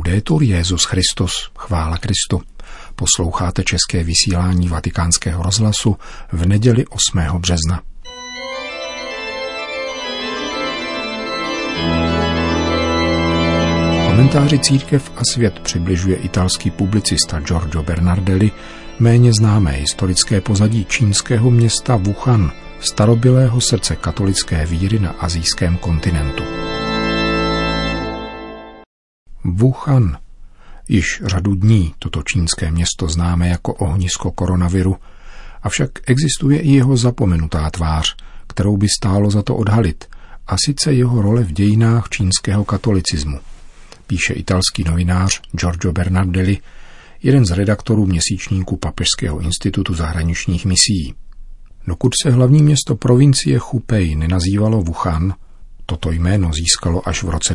Laudetur Jesus Christus, chvála Kristu. Posloucháte české vysílání Vatikánského rozhlasu v neděli 8. března. Komentáři Církev a svět přibližuje italský publicista Giorgio Bernardelli méně známé historické pozadí čínského města Wuhan, starobylého srdce katolické víry na asijském kontinentu. Wuhan. Již řadu dní toto čínské město známe jako ohnisko koronaviru, avšak existuje i jeho zapomenutá tvář, kterou by stálo za to odhalit, a sice jeho role v dějinách čínského katolicismu, píše italský novinář Giorgio Bernardelli, jeden z redaktorů měsíčníku Papežského institutu zahraničních misií. Dokud se hlavní město provincie Hubei nenazývalo Wuhan, toto jméno získalo až v roce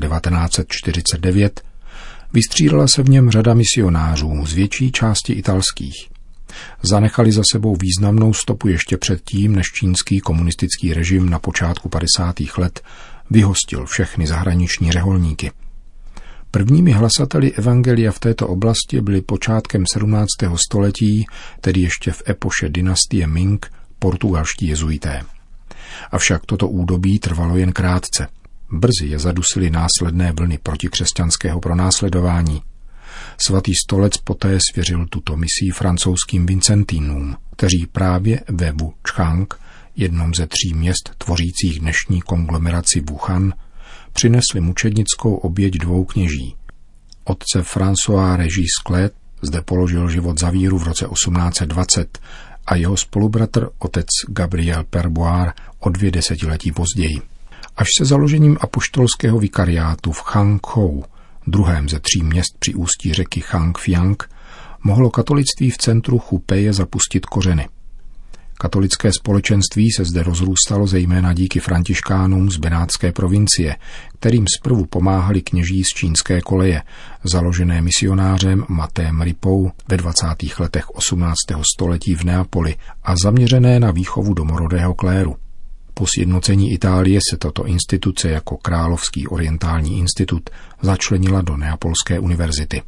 1949, vystřídala se v něm řada misionářů z větší části italských. Zanechali za sebou významnou stopu ještě předtím, než čínský komunistický režim na počátku 50. let vyhostil všechny zahraniční řeholníky. Prvními hlasateli evangelia v této oblasti byli počátkem 17. století, tedy ještě v epoše dynastie Ming, portugalští jezuité. Avšak toto údobí trvalo jen krátce. Brzy je zadusily následné vlny protikřesťanského pronásledování. Svatý stolec poté svěřil tuto misii francouzským Vincentínům, kteří právě ve Wuchang, jednom ze 3 měst tvořících dnešní konglomeraci Wuhan, přinesli mučednickou oběť 2 kněží. Otce François Régis Clet zde položil život za víru v roce 1820 a jeho spolubratr otec Gabriel Perboire o 2 desetiletí později. Až se založením apoštolského vikariátu v Hangzhou, druhém ze 3 měst při ústí řeky Hangjiang, mohlo katolictví v centru Hubeje zapustit kořeny. Katolické společenství se zde rozrůstalo zejména díky františkánům z Benátské provincie, kterým zprvu pomáhali kněží z čínské koleje, založené misionářem Matthéem Ripou ve 20. letech 18. století v Neapoli a zaměřené na výchovu domorodého kléru. Po sjednocení Itálie se tato instituce jako Královský orientální institut začlenila do Neapolské univerzity.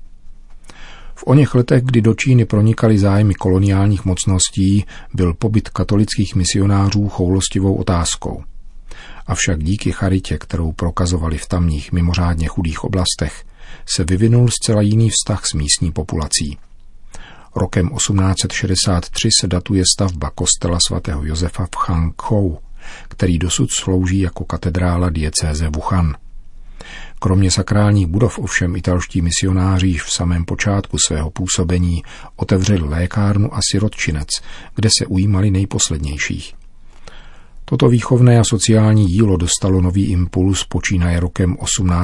V oněch letech, kdy do Číny pronikaly zájmy koloniálních mocností, byl pobyt katolických misionářů choulostivou otázkou. Avšak díky charitě, kterou prokazovali v tamních mimořádně chudých oblastech, se vyvinul zcela jiný vztah s místní populací. Rokem 1863 se datuje stavba kostela svatého Josefa v Hangzhou, který dosud slouží jako katedrála diecéze Wuhan. Kromě sakrálních budov ovšem italští misionáři již v samém počátku svého působení otevřeli lékárnu a sirotčinec, kde se ujímali nejposlednějších. Toto výchovné a sociální dílo dostalo nový impuls počínaje rokem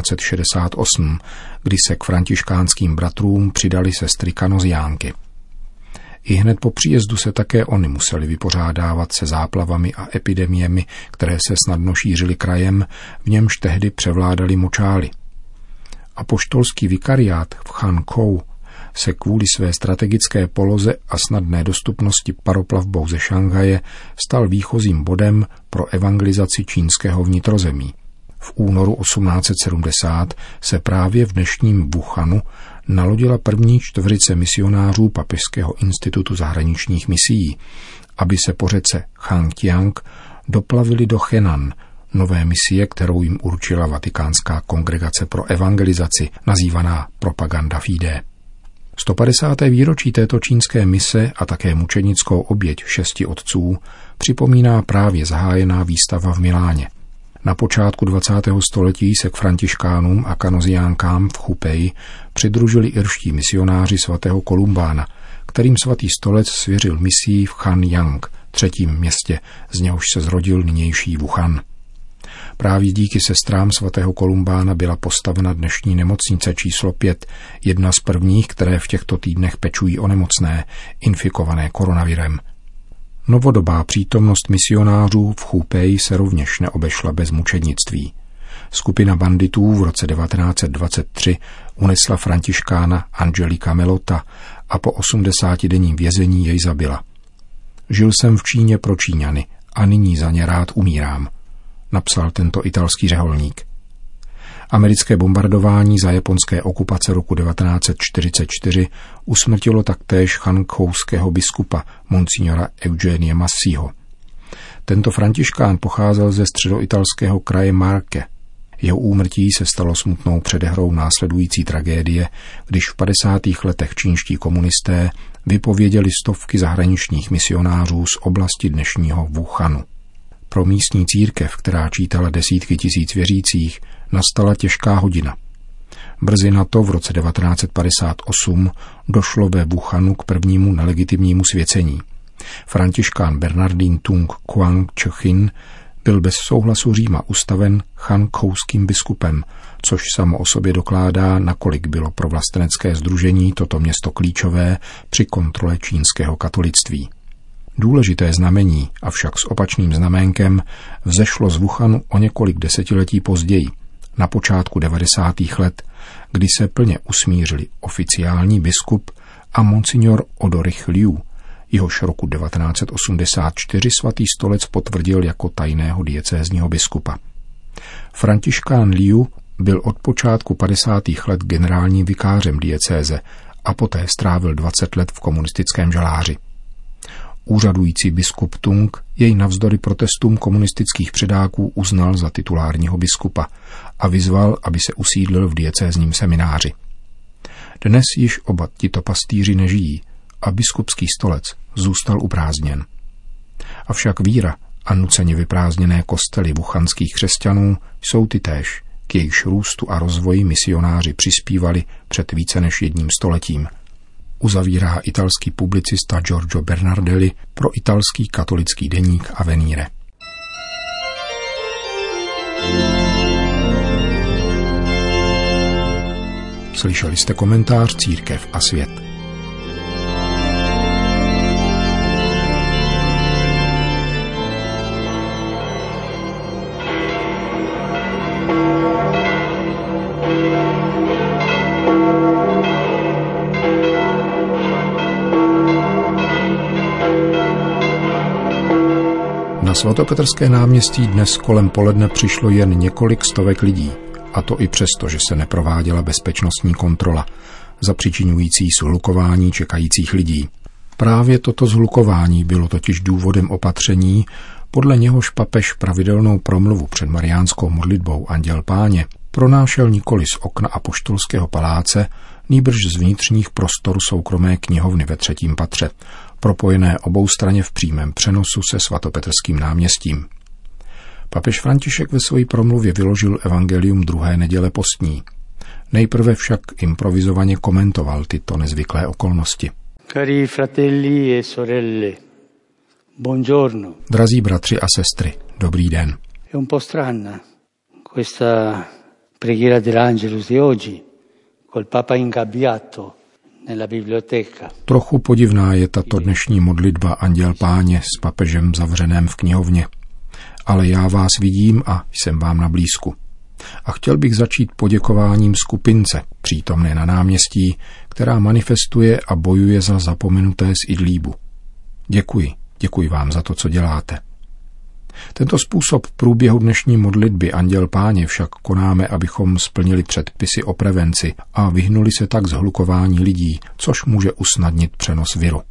1868, kdy se k františkánským bratrům přidali sestry kanoziánky. I hned po příjezdu se také oni museli vypořádávat se záplavami a epidemiemi, které se snadno šířily krajem, v němž tehdy převládali močály. Apoštolský vikariát v Hangzhou se kvůli své strategické poloze a snadné dostupnosti paroplavbou ze Šanghaje stal výchozím bodem pro evangelizaci čínského vnitrozemí. V únoru 1870 se právě v dnešním Wuhanu nalodila první čtveřice misionářů Papežského institutu zahraničních misií, aby se po řece Hangjiang doplavili do Henan, nové misie, kterou jim určila Vatikánská kongregace pro evangelizaci, nazývaná Propaganda Fide. 150. výročí této čínské mise a také mučednickou oběť 6 otců připomíná právě zahájená výstava v Miláně. Na počátku 20. století se k františkánům a kanoziánkám v Hubeji přidružili irští misionáři svatého Kolumbána, kterým svatý stolec svěřil misii v Hanyang, 3. městě, z něhož se zrodil nynější Wuhan. Právě díky sestrám svatého Kolumbána byla postavena dnešní nemocnice číslo 5, jedna z prvních, které v těchto týdnech pečují o nemocné, infikované koronavirem. Novodobá přítomnost misionářů v Hubeji se rovněž neobešla bez mučednictví. Skupina banditů v roce 1923 unesla františkána Angelika Melota a po 80denním vězení jej zabila. Žil jsem v Číně pro Číňany a nyní za ně rád umírám, napsal tento italský řeholník. Americké bombardování za japonské okupace roku 1944 usmrtilo taktéž chankouského biskupa monsignora Eugenia Massiho. Tento františkán pocházel ze středoitalského kraje Marche. Jeho úmrtí se stalo smutnou předehrou následující tragédie, když v 50. letech čínští komunisté vypověděli stovky zahraničních misionářů z oblasti dnešního Wuhanu. Pro místní církev, která čítala desítky tisíc věřících, nastala těžká hodina. Brzy na to v roce 1958 došlo ve Wuhanu k prvnímu nelegitimnímu svěcení. Františkán Bernardín Tung Quang Chechin byl bez souhlasu Říma ustaven chankouským biskupem, což samo o sobě dokládá, nakolik bylo pro vlastenecké sdružení toto město klíčové při kontrole čínského katolictví. Důležité znamení, avšak s opačným znaménkem, vzešlo z Wuhanu o několik desetiletí později, na počátku 90. let, kdy se plně usmířili oficiální biskup a monsignor Odorich Liu, jehož roku 1984 svatý stolec potvrdil jako tajného diecézního biskupa. Františkán Liu byl od počátku 50. let generálním vikářem diecéze a poté strávil 20 let v komunistickém žaláři. Úřadující biskup Tung jej navzdory protestům komunistických předáků uznal za titulárního biskupa a vyzval, aby se usídlil v diecézním semináři. Dnes již oba tito pastýři nežijí a biskupský stolec zůstal uprázdněn. Avšak víra a nuceně vyprázdněné kostely wuhanských křesťanů jsou tytéž, k jejichž růstu a rozvoji misionáři přispívali před více než jedním stoletím. Uzavírá italský publicista Giorgio Bernardelli pro italský katolický deník Avvenire. Slyšeli jste komentář Církev a svět. Na svatopetrské náměstí dnes kolem poledne přišlo jen několik stovek lidí, a to i přesto, že se neprováděla bezpečnostní kontrola, zapřičiňující shlukování čekajících lidí. Právě toto shlukování bylo totiž důvodem opatření, podle něhož papež pravidelnou promluvu před mariánskou modlitbou Anděl Páně pronášel nikoli z okna apoštolského paláce, nýbrž z vnitřních prostor soukromé knihovny ve 3. patře, propojené oboustranně v přímém přenosu se svatopetrským náměstím. Papež František ve své promluvě vyložil evangelium druhé neděle postní. Nejprve však improvizovaně komentoval tyto nezvyklé okolnosti. Cari fratelli e sorelle, buongiorno. Drazí bratři a sestry, dobrý den. È un po' strana questa preghiera dell'Angelus di oggi, col Papa ingabbiato nella biblioteca. Trochu podivná je tato dnešní modlitba Anděl Páně s papežem zavřeném v knihovně. Ale já vás vidím a jsem vám na blízku. A chtěl bych začít poděkováním skupince, přítomné na náměstí, která manifestuje a bojuje za zapomenuté z Idlíbu. Děkuji vám za to, co děláte. Tento způsob průběhu dnešní modlitby Anděl Páně však konáme, abychom splnili předpisy o prevenci a vyhnuli se tak zhlukování lidí, což může usnadnit přenos viru.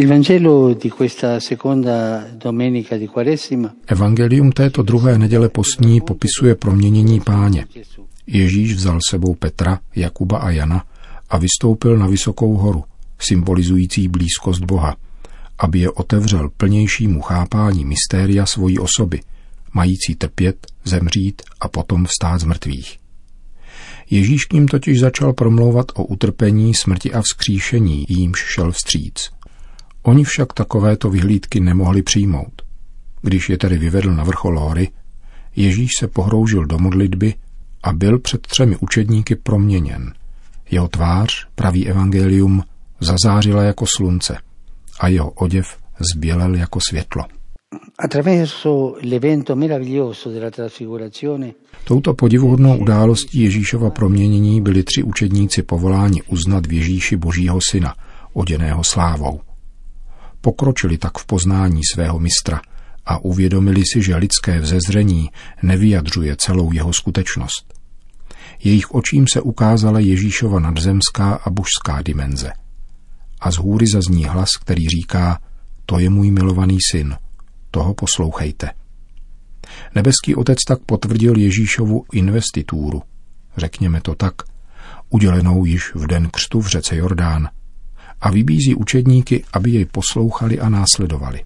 Evangelium této druhé neděle postní popisuje proměnění Páně. Ježíš vzal sebou Petra, Jakuba a Jana a vystoupil na vysokou horu, symbolizující blízkost Boha, aby je otevřel plnějšímu chápání mystéria svojí osoby, mající trpět, zemřít a potom vstát z mrtvých. Ježíš k ním totiž začal promlouvat o utrpení, smrti a vzkříšení, jímž šel vstříc. Oni však takovéto vyhlídky nemohli přijmout. Když je tedy vyvedl na vrchol hory, Ježíš se pohroužil do modlitby a byl před 3 učedníky proměněn. Jeho tvář, praví evangelium, zazářila jako slunce a jeho oděv zbělel jako světlo. Touto podivuhodnou událostí Ježíšova proměnění byli 3 učedníci povoláni uznat v Ježíši Božího syna, oděného slávou. Pokročili tak v poznání svého mistra a uvědomili si, že lidské vzezření nevyjadřuje celou jeho skutečnost. Jejich očím se ukázala Ježíšova nadzemská a božská dimenze. A z hůry zazní hlas, který říká: to je můj milovaný syn, toho poslouchejte. Nebeský Otec tak potvrdil Ježíšovu investitúru, řekněme to tak, udělenou již v den křtu v řece Jordán, a vybízí učedníky, aby jej poslouchali a následovali.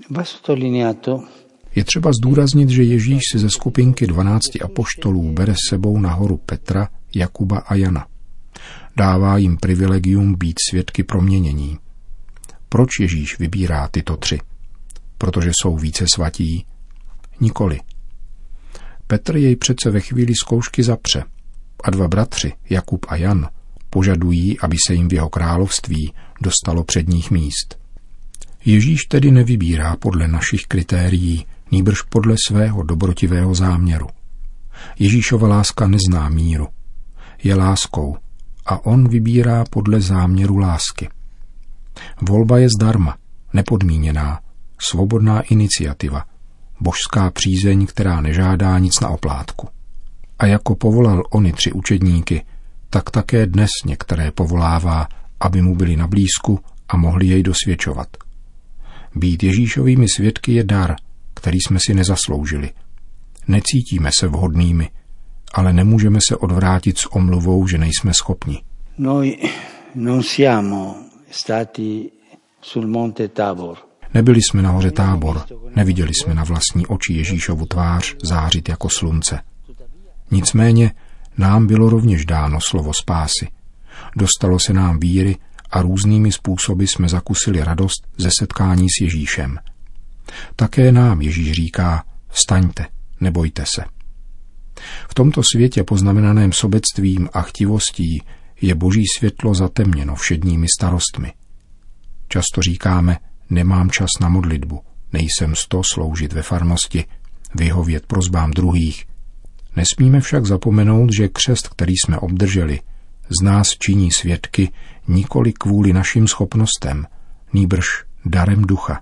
Je třeba zdůraznit, že Ježíš si ze skupinky 12 apoštolů bere s sebou nahoru Petra, Jakuba a Jana. Dává jim privilegium být svědky proměnění. Proč Ježíš vybírá tyto 3? Protože jsou více svatí? Nikoli. Petr jej přece ve chvíli zkoušky zapře a 2 bratři, Jakub a Jan, požadují, aby se jim v jeho království dostalo předních míst. Ježíš tedy nevybírá podle našich kritérií, nýbrž podle svého dobrotivého záměru. Ježíšova láska nezná míru. Je láskou a on vybírá podle záměru lásky. Volba je zdarma, nepodmíněná, svobodná iniciativa, božská přízeň, která nežádá nic na oplátku. A jako povolal ony 3 učedníky, tak také dnes některé povolává, aby mu byli na blízku a mohli jej dosvědčovat. Být Ježíšovými svědky je dar, který jsme si nezasloužili. Necítíme se vhodnými, ale nemůžeme se odvrátit s omluvou, že nejsme schopni. Noi non siamo stati sul monte Tabor. Nebyli jsme na hoře Tábor, neviděli jsme na vlastní oči Ježíšovu tvář zářit jako slunce. Nicméně nám bylo rovněž dáno slovo spásy. Dostalo se nám víry a různými způsoby jsme zakusili radost ze setkání s Ježíšem. Také nám Ježíš říká: vstaňte, nebojte se. V tomto světě poznamenaném sobectvím a chtivostí je boží světlo zatemněno všedními starostmi. Často říkáme: nemám čas na modlitbu, nejsem sto sloužit ve farnosti, vyhovět prosbám druhých. Nesmíme však zapomenout, že křest, který jsme obdrželi, z nás činí svědky nikoli kvůli našim schopnostem, nýbrž darem ducha.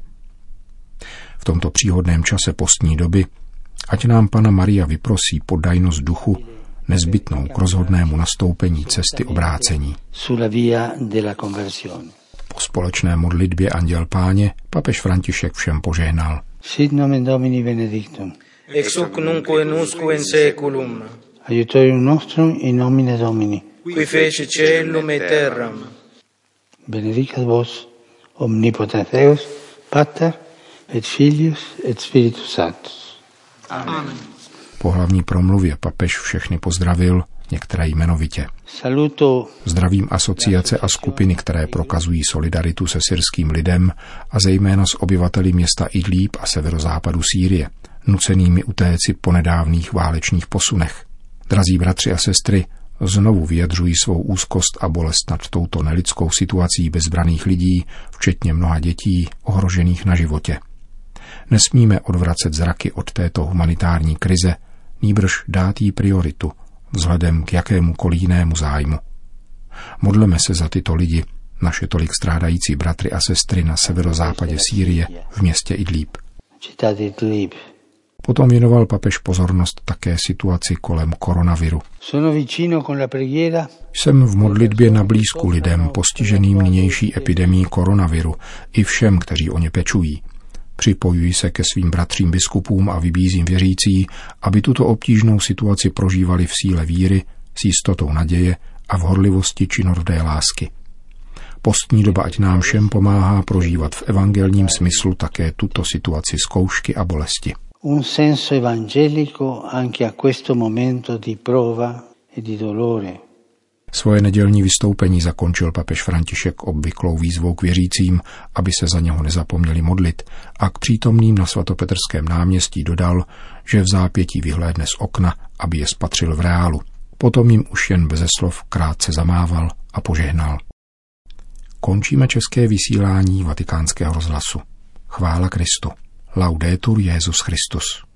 V tomto příhodném čase postní doby ať nám Panna Maria vyprosí poddajnost duchu, nezbytnou k rozhodnému nastoupení cesty obrácení. Po společné modlitbě Anděl Páně papež František všem požehnal. Sit nomen Domini benedictum. Ex hoc nunc et usque in seculum. Aiutorium nostrum in nomine Domini. Qui fece caelum et terram. Benedicat vos omnipotens Deus, Pater et Filius et Spiritus Sanctus. Amen. Po hlavní promluvě papež všechny pozdravil, některé jmenovitě. Zdravím asociace a skupiny, které prokazují solidaritu se syrským lidem a zejména s obyvateli města Idlíb a severozápadu Sýrie, nucenými utéci po nedávných válečných posunech. Drazí bratři a sestry, znovu vyjadřují svou úzkost a bolest nad touto nelidskou situací bezbraných lidí, včetně mnoha dětí ohrožených na životě. Nesmíme odvracet zraky od této humanitární krize, nýbrž dát jí prioritu, vzhledem k jakémukoliv jinému zájmu. Modleme se za tyto lidi, naše tolik strádající bratry a sestry na severozápadě Sýrie v městě Idlíb. Potom věnoval papež pozornost také situaci kolem koronaviru. Jsem v modlitbě na blízku lidem postiženým nynější epidemií koronaviru i všem, kteří o ně pečují. Připojuji se ke svým bratřím biskupům a vybízím věřící, aby tuto obtížnou situaci prožívali v síle víry, s jistotou naděje a v horlivosti činorodé lásky. Postní doba ať nám všem pomáhá prožívat v evangelním smyslu také tuto situaci zkoušky a bolesti. Un senso evangelico anche a questo momento di prova e di dolore. Svoje nedělní vystoupení zakončil papež František obvyklou výzvou k věřícím, aby se za něho nezapomněli modlit, a k přítomným na svatopetrském náměstí dodal, že v zápětí vyhlédne z okna, aby je spatřil v reálu. Potom jim už jen beze slov krátce zamával a požehnal. Končíme české vysílání Vatikánského rozhlasu. Chvála Kristu. Laudetur Jesus Christus.